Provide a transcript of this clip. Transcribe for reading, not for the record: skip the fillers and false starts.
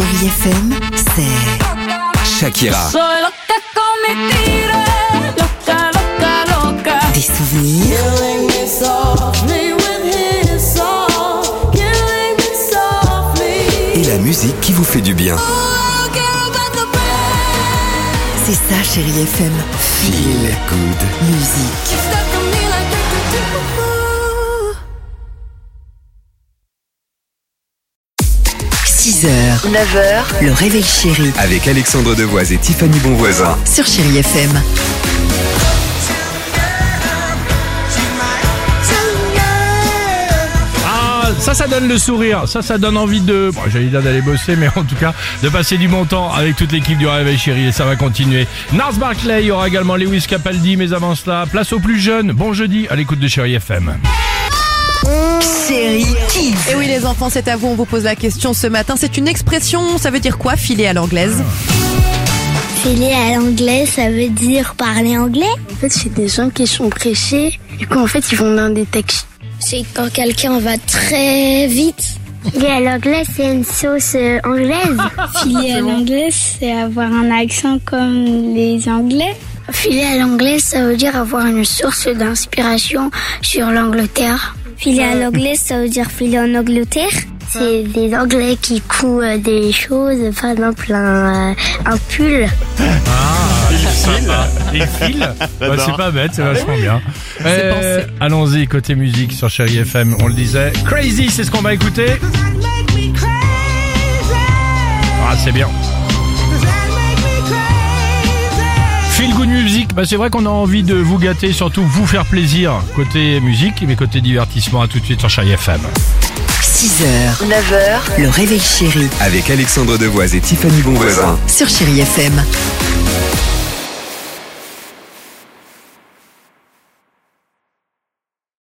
Chérie FM, c'est Shakira. Soy loca con mi tigre, loca, loca, loca. des souvenirs, Killing me softly with his song, killing me softly. Et la musique qui vous fait du bien. Oh, I don't care about the bad. c'est ça Chérie FM. Feel good. Musique. You stuck on me like do. 6h, 9h, le réveil chéri Avec Alexandre Devoise et Tiffany Bonvoisin. sur Chérie FM. Ah, ça donne le sourire, ça donne envie de, bon, j'allais dire d'aller bosser, mais en tout cas, de passer du bon temps avec toute l'équipe du Réveil Chéri, et ça va continuer. Nars Barclay, il y aura également Lewis Capaldi, mais avant cela, place aux plus jeunes. Bon jeudi, à l'écoute de Chéri FM. Chérie Kids. Et oui les enfants, c'est à vous, on vous pose la question ce matin. C'est une expression, ça veut dire quoi, filer à l'anglaise? Filer à l'anglais, ça veut dire parler anglais. En fait, c'est des gens qui sont pressés. Du coup, en fait, ils vont dans des textes. C'est quand quelqu'un va très vite. Filer à l'anglais, c'est une sauce anglaise. Filer à l'anglais, c'est avoir un accent comme les Anglais. Filer à l'anglais, ça veut dire avoir une source d'inspiration sur l'Angleterre. Filer à l'anglais, ça veut dire filer en Angleterre. C'est des Anglais qui couent des choses, par exemple un pull. Il file c'est pas bête, c'est vachement bien. pensé. Allons-y, côté musique sur Chéri FM, on le disait. Crazy, c'est ce qu'on va écouter. Ah, c'est bien. Feel Good Music, c'est vrai qu'on a envie de vous gâter, surtout vous faire plaisir côté musique, mais côté divertissement, à tout de suite sur Chéri FM. 6h, 9h, le réveil chéri Avec Alexandre Devoise et Tiffany Bonvoisin. sur Chérie FM.